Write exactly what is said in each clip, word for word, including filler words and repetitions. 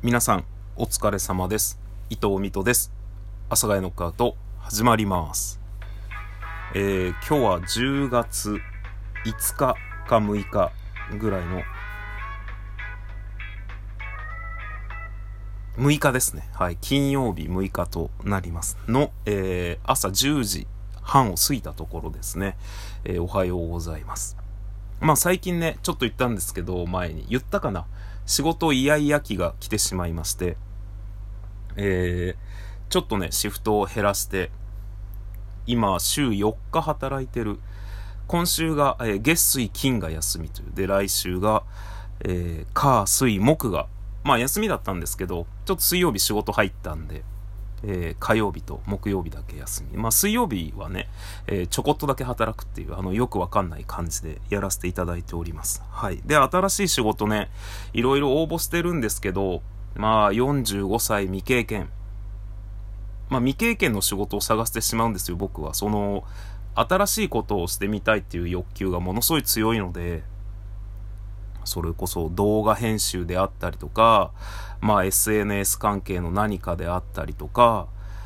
皆さんお疲れ様です。伊藤美斗です。阿佐ヶ谷ノックアウト始まります。えー、今日はじゅうがついつかかむいかぐらいのむいかですね。はい、金曜日むいかとなりますの、えー、朝じゅうじはんを過ぎたところですね。えー、おはようございます。まあ最近ねちょっと言ったんですけど、前に言ったかな、仕事イヤイヤ期が来てしまいまして、えー、ちょっとねシフトを減らして今週よっか働いてる。今週が、えー、月水金が休みというで、来週が、えー、火水木がまあ休みだったんですけど、ちょっと水曜日仕事入ったんで、えー、火曜日と木曜日だけ休み。まあ水曜日はね、えー、ちょこっとだけ働くっていう、あのよくわかんない感じでやらせていただいております。はい。で、新しい仕事ね、いろいろ応募してるんですけど、まあよんじゅうごさい未経験。まあ未経験の仕事を探してしまうんですよ、僕は。その、新しいことをしてみたいっていう欲求がものすごい強いので、それこそ動画編集であったりとか、まあ エスエヌエス 関係の何かであったりとか、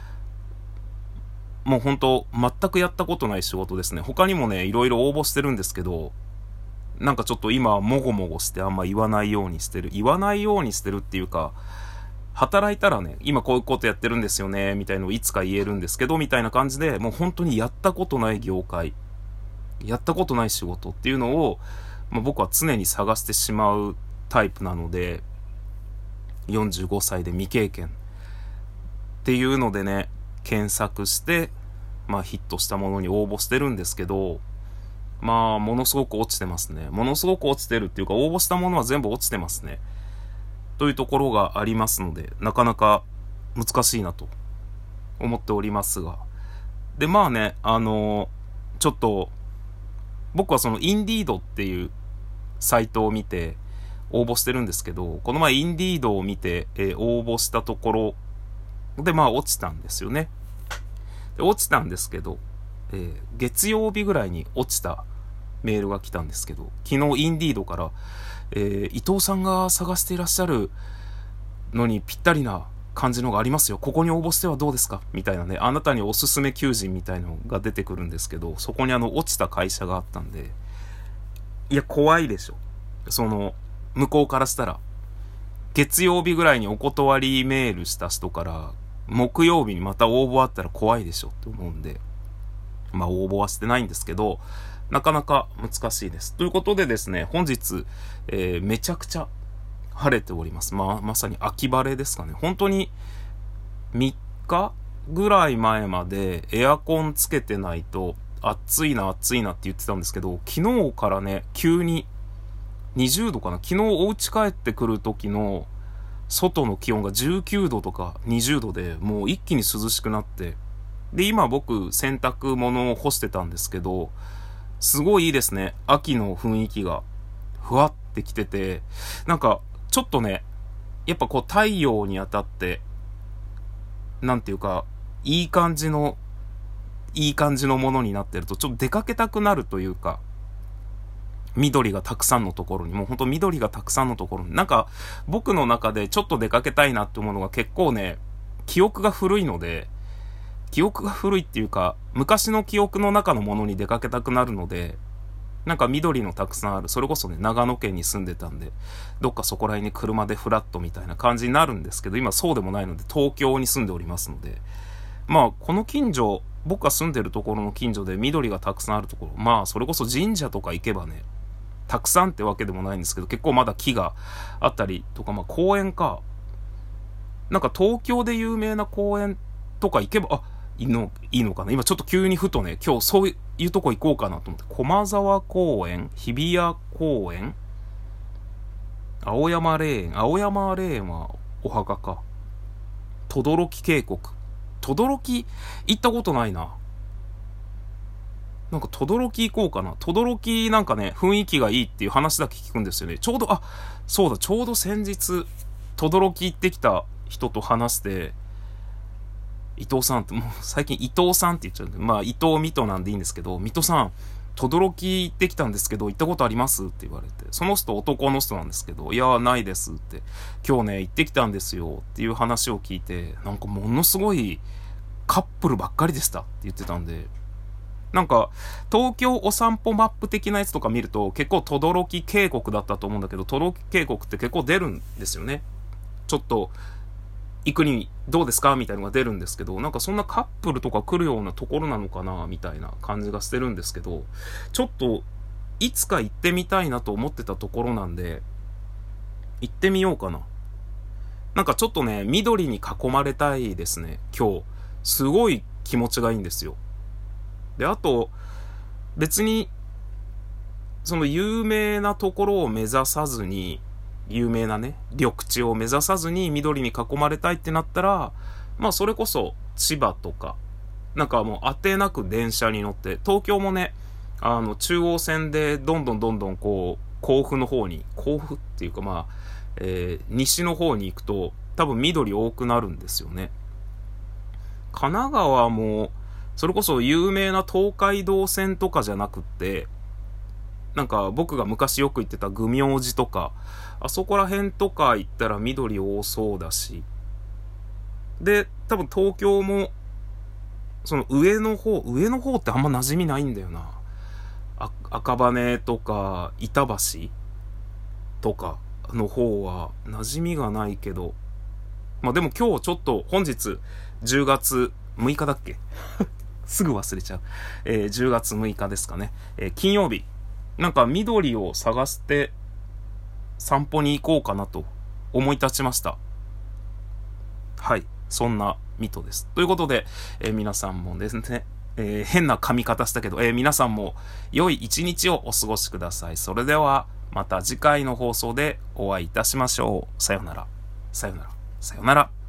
もう本当全くやったことない仕事ですね。他にもねいろいろ応募してるんですけど、なんかちょっと今もごもごしてあんま言わないようにしてる言わないようにしてるっていうか、働いたらね今こういうことやってるんですよねみたいのをいつか言えるんですけどみたいな感じで、もう本当にやったことない業界、やったことない仕事っていうのを、まあ、僕は常に探してしまうタイプなので、よんじゅうごさいで未経験っていうのでね検索して、まあヒットしたものに応募してるんですけど、まあものすごく落ちてますね。ものすごく落ちてるっていうか、応募したものは全部落ちてますね。というところがありますので、なかなか難しいなと思っておりますが。で、まあね、あのー、ちょっと、僕はそのインディードっていうサイトを見て応募してるんですけど、この前インディードを見て、えー、応募したところで、まあ落ちたんですよね。で落ちたんですけど、えー、月曜日ぐらいに落ちたメールが来たんですけど、昨日インディードから、えー、伊藤さんが探していらっしゃるのにぴったりな感じのがありますよ、ここに応募してはどうですかみたいなね、あなたにおすすめ求人みたいのが出てくるんですけど、そこにあの落ちた会社があったんで、いや怖いでしょ、その向こうからしたら。月曜日ぐらいにお断りメールした人から木曜日にまた応募あったら怖いでしょって思うんで、まあ応募はしてないんですけど、なかなか難しいです。ということでですね、本日、えー、めちゃくちゃ晴れております。まあまさに秋晴れですかね。本当にみっかぐらい前までエアコンつけてないと暑いな暑いなって言ってたんですけど、昨日からね急ににじゅうどかな。昨日お家帰ってくる時の外の気温がじゅうきゅうどとかにじゅうどで、もう一気に涼しくなって、で今僕洗濯物を干してたんですけど、すごいいいですね。秋の雰囲気がふわってきてて、なんかちょっとねやっぱこう太陽に当たってなんていうかいい感じのいい感じのものになってると、ちょっと出かけたくなるというか、緑がたくさんのところに、もうほんと緑がたくさんのところに、なんか僕の中でちょっと出かけたいなって思うのが結構ね、記憶が古いので、記憶が古いっていうか昔の記憶の中のものに出かけたくなるので、なんか緑のたくさんある、それこそね長野県に住んでたんで、どっかそこら辺に車でフラットみたいな感じになるんですけど、今そうでもないので東京に住んでおりますので、まあこの近所、僕が住んでるところの近所で緑がたくさんあるところ、まあそれこそ神社とか行けばねたくさんってわけでもないんですけど、結構まだ木があったりとか、まあ公園か、なんか東京で有名な公園とか行けば、あ、いいの、いいのかな。今ちょっと急にふとね、今日そういうとこ行こうかなと思って、駒沢公園、日比谷公園、青山霊園、青山霊園はお墓か、等々力渓谷、等々力行ったことないな。なんか等々力行こうかな。等々力なんかね雰囲気がいいっていう話だけ聞くんですよね。ちょうど、あ、そうだ、ちょうど先日等々力行ってきた人と話して、伊藤さんって、もう最近伊藤さんって言っちゃうんで、まあ伊藤美斗なんでいいんですけど、美斗さん轟行ってきたんですけど、行ったことありますって言われて、その人男の人なんですけど、いや、ないですって、今日ね、行ってきたんですよっていう話を聞いて、なんかものすごいカップルばっかりでしたって言ってたんで、なんか、東京お散歩マップ的なやつとか見ると、結構轟渓谷だったと思うんだけど、轟渓谷って結構出るんですよね。ちょっと、行くにどうですかみたいなのが出るんですけど、なんかそんなカップルとか来るようなところなのかなみたいな感じがしてるんですけど、ちょっといつか行ってみたいなと思ってたところなんで、行ってみようかな。なんかちょっとね、緑に囲まれたいですね、今日。すごい気持ちがいいんですよ。で、あと、別に、その有名なところを目指さずに、有名なね、緑地を目指さずに緑に囲まれたいってなったら、まあそれこそ千葉とか、なんかもう当てなく電車に乗って、東京もね、あの中央線でどんどんどんどんこう、甲府の方に、甲府っていうかまあ、えー、西の方に行くと、多分緑多くなるんですよね。神奈川も、それこそ有名な東海道線とかじゃなくって、なんか僕が昔よく行ってた愚明寺とか、あそこら辺とか行ったら緑多そうだし。で、多分東京も、その上の方、上の方ってあんま馴染みないんだよな。あ赤羽とか板橋とかの方は馴染みがないけど、まあでも今日ちょっと本日じゅうがつむいかだっけすぐ忘れちゃう。えー、じゅうがつむいかですかね。えー、金曜日。なんか緑を探して散歩に行こうかなと思い立ちました。はい。そんなミトです。ということで、えー、皆さんもですね、えー、変な噛み方したけど、えー、皆さんも良い一日をお過ごしください。それではまた次回の放送でお会いいたしましょう。さよなら。さよなら。さよなら。